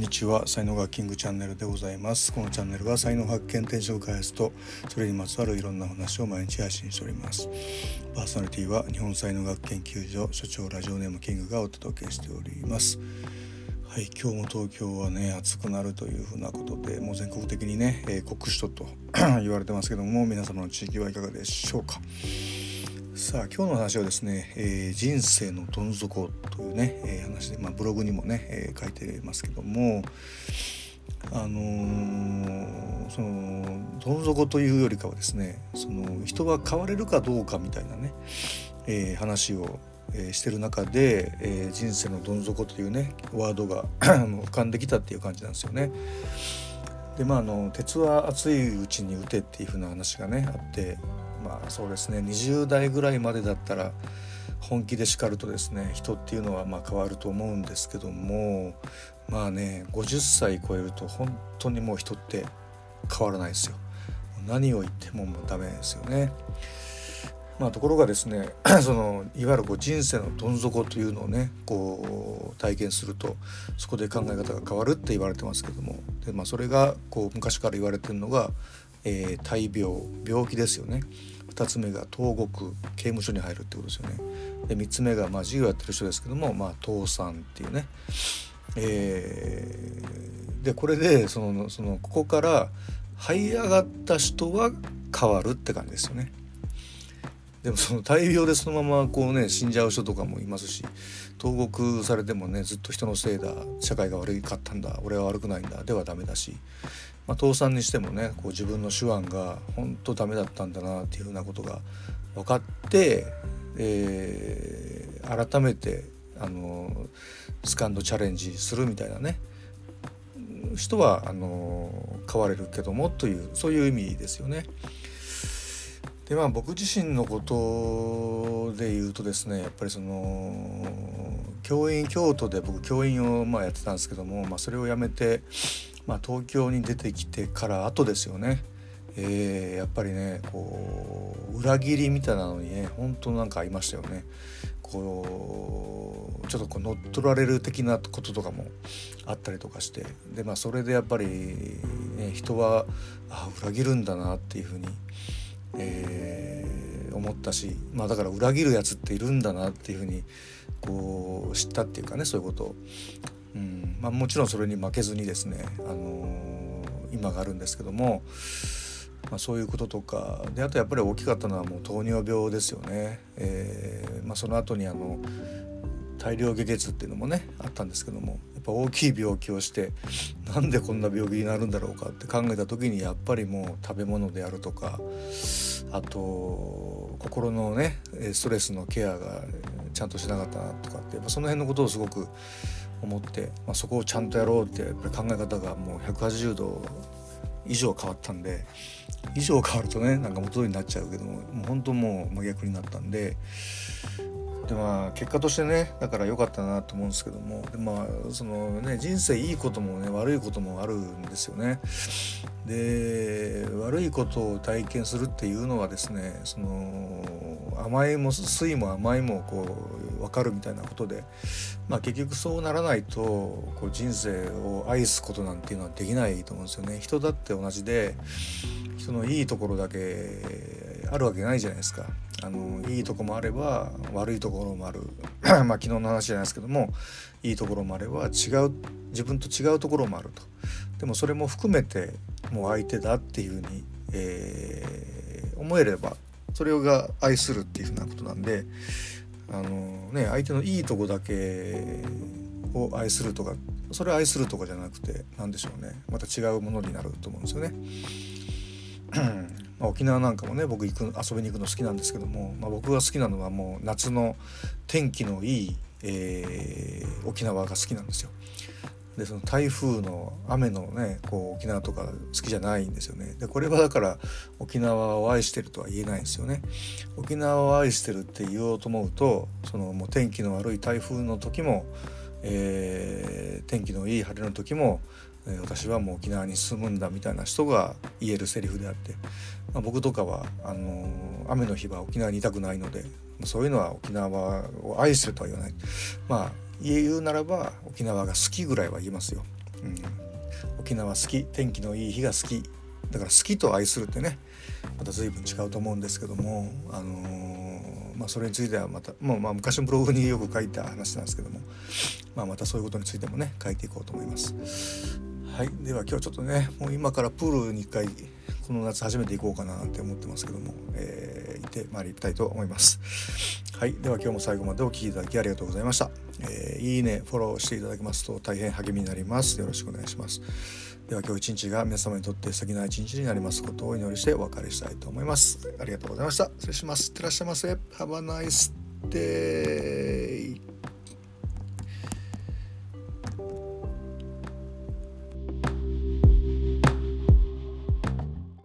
ちは、才能学キングチャンネルでございます。このチャンネルは才能発見、転職開発とそれにまつわるいろんな話を毎日配信しております。パーソナリティは日本才能学研究所所長ラジオネームキングがお届けしております。はい、今日も東京はね暑くなるというふうなことで、もう全国的にね、酷暑と言われてますけども、皆様の地域はいかがでしょうか。さあ今日の話はですね、人生のどん底というね、話で、ブログにもね、書いてますけども、そのどん底というよりかはですね、その人は変われるかどうかみたいなね、話をしてる中で、人生のどん底というねワードが浮かんできたっていう感じなんですよね。で鉄は熱いうちに打てっていう風な話がねあって、そうですね、20代ぐらいまでだったら本気で叱るとですね、人っていうのは変わると思うんですけども、50歳超えると本当にもう人って変わらないですよ。何を言ってもダメですよね。ところがですねそのいわゆる人生のどん底というのをね体験すると、そこで考え方が変わるって言われてますけども、で、それが昔から言われてるのが、大病気ですよね。2つ目が投獄、刑務所に入るってことですよね。で3つ目が授業やってる人ですけども、倒産っていうね、でこれでそのここから這い上がった人は変わるって感じですよね。でもその大病でそのまま死んじゃう人とかもいますし、投獄されてもね、ずっと人のせいだ、社会が悪かったんだ、俺は悪くないんだではダメだし、倒産にしてもね自分の手腕が本当ダメだったんだなっていうふうなことが分かって、改めてセカンドチャレンジするみたいなね人は変われるけどもという、そういう意味ですよね。で僕自身のことで言うとですね、やっぱりその京都で僕教員をやってたんですけども、それを辞めて、東京に出てきてから後ですよね。やっぱりね裏切りみたいなのにね本当ありましたよね。ちょっと乗っ取られる的なこととかもあったりとかして、でそれでやっぱり、人は裏切るんだなっていうふうに思ったし、だから裏切るやつっているんだなっていうふうに知ったっていうかね、そういうことを、もちろんそれに負けずにですね、今があるんですけども、そういうこととかで、あとやっぱり大きかったのはもう糖尿病ですよね。その後に大量下血っていうのもねあったんですけども、やっぱ大きい病気をしてなんでこんな病気になるんだろうかって考えた時に、やっぱりもう食べ物であるとか、あと心のねストレスのケアがちゃんとしなかったなとかって、その辺のことをすごく思って、そこをちゃんとやろうってやっぱり考え方がもう180度以上変わったんで、以上変わるとね元通りになっちゃうけども、もう本当もう真逆になったんで、結果としてねだから良かったなと思うんですけども、でそのね人生いいこともね悪いこともあるんですよね。で悪いことを体験するっていうのはですね、その甘いも酸いも甘いも分かるみたいなことで、結局そうならないと人生を愛すことなんていうのはできないと思うんですよね。人だって同じで、人のいいところだけあるわけないじゃないですか。いいところもあれば悪いところもある昨日の話じゃないですけども、いいところもあれば自分と違うところもあると。でもそれも含めてもう相手だっていうふうに、思えれば、それが愛するっていうふうなことなんで、相手のいいとこだけを愛するとか、それを愛するとかじゃなくて、なんでしょうね、また違うものになると思うんですよね。沖縄なんかもね僕遊びに行くの好きなんですけども、僕が好きなのはもう夏の天気のいい、沖縄が好きなんですよ。でその台風の雨のね沖縄とか好きじゃないんですよね。でこれはだから沖縄を愛してるとは言えないんですよね。沖縄を愛してるって言おうと思うと、そのもう天気の悪い台風の時も、天気のいい晴れの時も、私はもう沖縄に住むんだみたいな人が言えるセリフであって、僕とかは雨の日は沖縄にいたくないので、そういうのは沖縄を愛するとは言わない。言うならば沖縄が好きぐらいは言いますよ。 沖縄好き、天気のいい日が好きだから、好きと愛するってねまた随分違うと思うんですけども、それについてはまた昔のブログによく書いた話なんですけども、またそういうことについてもね書いていこうと思います。はい、では今日ちょっとねもう今からプールに1回この夏初めて行こうかなって思ってますけども、行ってまいりたいと思います。はい、では今日も最後までお聞きいただきありがとうございました。いいねフォローしていただけますと大変励みになります。よろしくお願いします。では今日一日が皆様にとって素敵な一日になりますことをお祈りしてお別れしたいと思います。ありがとうございました。失礼します。いってらっしゃいませ。Have a nice day.